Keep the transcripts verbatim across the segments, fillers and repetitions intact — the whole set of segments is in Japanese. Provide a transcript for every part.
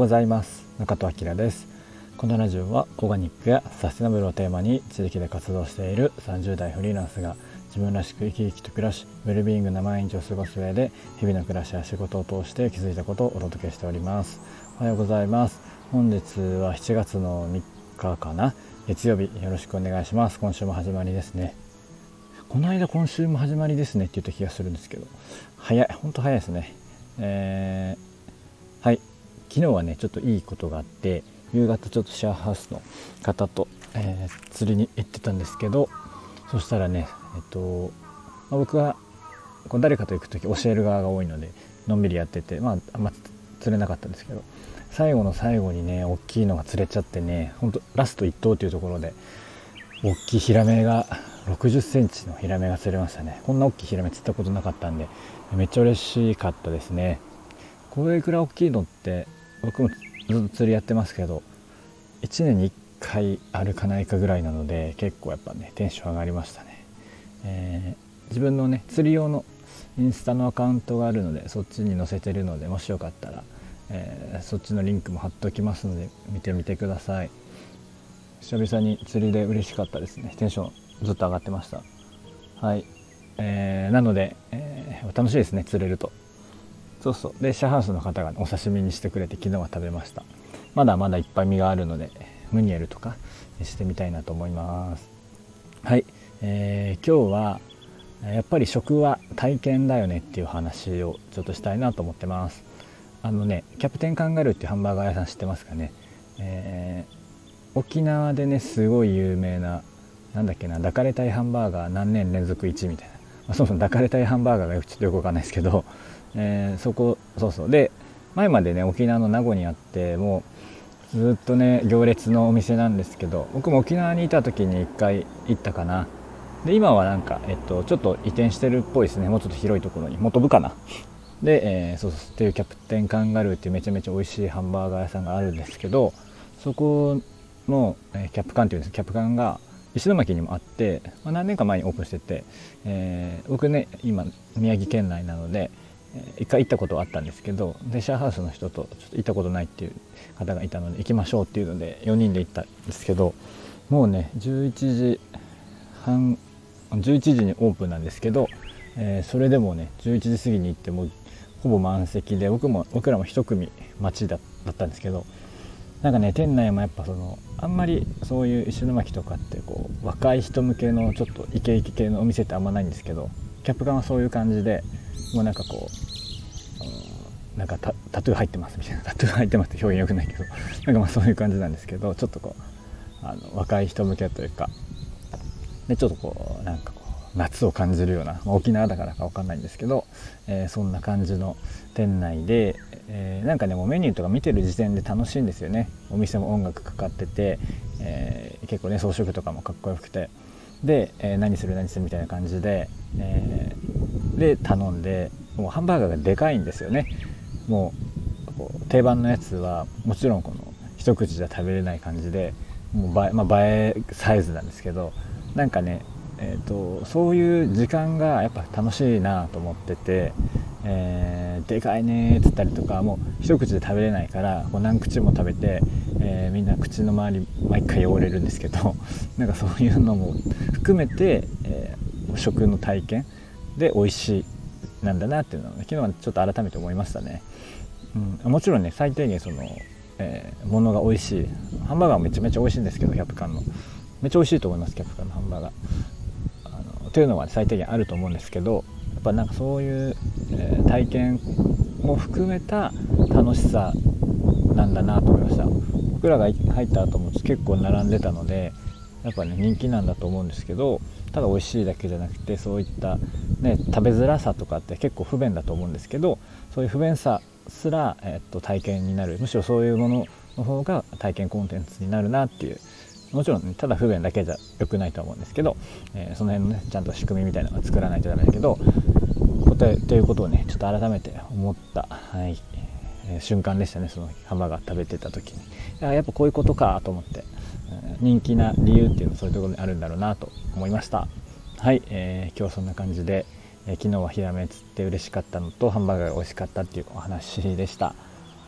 ございます。中戸明です。このラジオはオーガニックやサステナブルをテーマに地域で活動しているさんじゅう代フリーランスが自分らしく生き生きと暮らし、ウェルビーイングな毎日を過ごす上で日々の暮らしや仕事を通して気づいたことをお届けしております。おはようございます。本日はしちがつのみっかかな、月曜日、よろしくお願いします。今週も始まりですね。この間今週も始まりですねって言った気がするんですけど、早い、ほんと早いですね。えー、はい昨日はねちょっといいことがあって、夕方ちょっとシェアハウスの方と、えー、釣りに行ってたんですけど、そしたらねえっと、まあ、僕はこう誰かと行くとき教える側が多いのでのんびりやってて、まああんま釣れなかったんですけど、最後の最後にね大きいのが釣れちゃってね、ほんとラストいっ投というところで大きいヒラメがろくじゅっセンチのヒラメが釣れましたね。こんな大きいヒラメ釣ったことなかったんでめっちゃ嬉しかったですね。これくらい大きいのって僕もずっと釣りやってますけどいちねんにいっかいあるかないかぐらいなので、結構やっぱねテンション上がりましたね。えー、自分のね釣り用のインスタのアカウントがあるのでそっちに載せてるので、もしよかったら、えー、そっちのリンクも貼っておきますので見てみてください。久々に釣りで嬉しかったですね。テンションずっと上がってました。はい、えー、なので、えー、楽しいですね、釣れると。そうそうでシェアハウスの方が、ね、お刺身にしてくれて昨日は食べました。まだまだいっぱい身があるのでムニエルとかしてみたいなと思います。はい、えー、今日はやっぱり食は体験だよねっていう話をちょっとしたいなと思ってます。あのねキャプテンカンガルーっていうハンバーガー屋さん知ってますかね。えー、沖縄でねすごい有名な、なんだっけな、抱かれたいハンバーガー何年連続いちみたいな、まあ、そもそも抱かれたいハンバーガーがちょっとよくわかんないですけど、えー、そこそうそうで前までね沖縄の名護にあって、もうずっとね行列のお店なんですけど、僕も沖縄にいた時にいっかい行ったかな。で今はなんか、えっと、ちょっと移転してるっぽいですね。もうちょっと広いところに元部かなで、えー、そうそうっていうキャプテンカンガルーっていうめちゃめちゃ美味しいハンバーガー屋さんがあるんですけど、そこの、えー、キャップカンっていうんです。キャップカンが石巻にもあって、まあ、何年か前にオープンしてて、えー、僕ね今宮城県内なので一回行ったことはあったんですけど、でシェアハウスの人とちょっと行ったことないっていう方がいたので行きましょうっていうのでよにんで行ったんですけど、もうねじゅういちじはんじゅういちじにオープンなんですけど、えー、それでもねじゅういちじ過ぎに行ってもほぼ満席で、僕も僕らも一組待ちだったんですけど、なんかね店内もやっぱそのあんまりそういう石巻とかってこう若い人向けのちょっとイケイケ系のお店ってあんまないんですけど、キャップガンはそういう感じで、もうなんかこうなんか タ, タトゥー入ってますみたいな、タトゥー入ってますって表現良くないけど、なんかまあそういう感じなんですけど、ちょっとこうあの若い人向けというかで、ちょっとこうなんかこう夏を感じるような、まあ、沖縄だからか分かんないんですけど、えー、そんな感じの店内で、えー、なんかねもうメニューとか見てる時点で楽しいんですよね。お店も音楽かかってて、えー、結構ね装飾とかもかっこよくて、で、えー、何する何するみたいな感じで、えー、で頼んで、もうハンバーガーがでかいんですよね。もうこう定番のやつはもちろんこの一口じゃ食べれない感じで、もう映え、まあ、映えサイズなんですけど、なんかね、えーと、そういう時間がやっぱ楽しいなと思ってて、えー、でかいねーっつったりとか、もう一口で食べれないからこう何口も食べて、えー、みんな口の周り毎回汚れるんですけどなんかそういうのも含めて、えー、食の体験で美味しいなんだなっていうのを、ね、昨日はちょっと改めて思いましたね。うん、もちろんね最低限その、えー、ものが美味しいハンバーガーもめちゃめちゃ美味しいんですけど、キャップカンのめっちゃ美味しいと思います。キャップカンのハンバーガーあのというのは最低限あると思うんですけど、やっぱなんかそういう、えー、体験も含めた楽しさなんだなと思いました。僕らが入った後も結構並んでたのでやっぱね人気なんだと思うんですけど、ただ美味しいだけじゃなくてそういった、ね、食べづらさとかって結構不便だと思うんですけど、そういう不便さすら、えっと、体験になる、むしろそういうものの方が体験コンテンツになるなっていう、もちろん、ね、ただ不便だけじゃ良くないと思うんですけど、えー、その辺のねちゃんと仕組みみたいなのを作らないとダメだけど答えということをねちょっと改めて思った、はいえー、瞬間でしたね。そのハンバーガー食べてた時にやっぱこういうことかと思って、えー、人気な理由っていうのはそういうところにあるんだろうなと思いました。はい、えー、今日はそんな感じで、えー、昨日はヒラメ釣って嬉しかったのとハンバーガーが美味しかったっていうお話でした。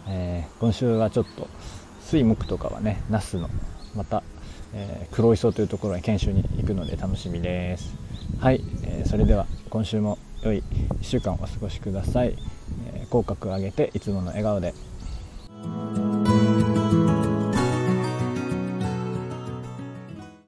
えー、今週はちょっと水木とかはねナスのまた、えー、黒磯というところに研修に行くので楽しみです。はい、えー、それでは今週も良いいっしゅうかんお過ごしください。えー、口角上げていつもの笑顔で。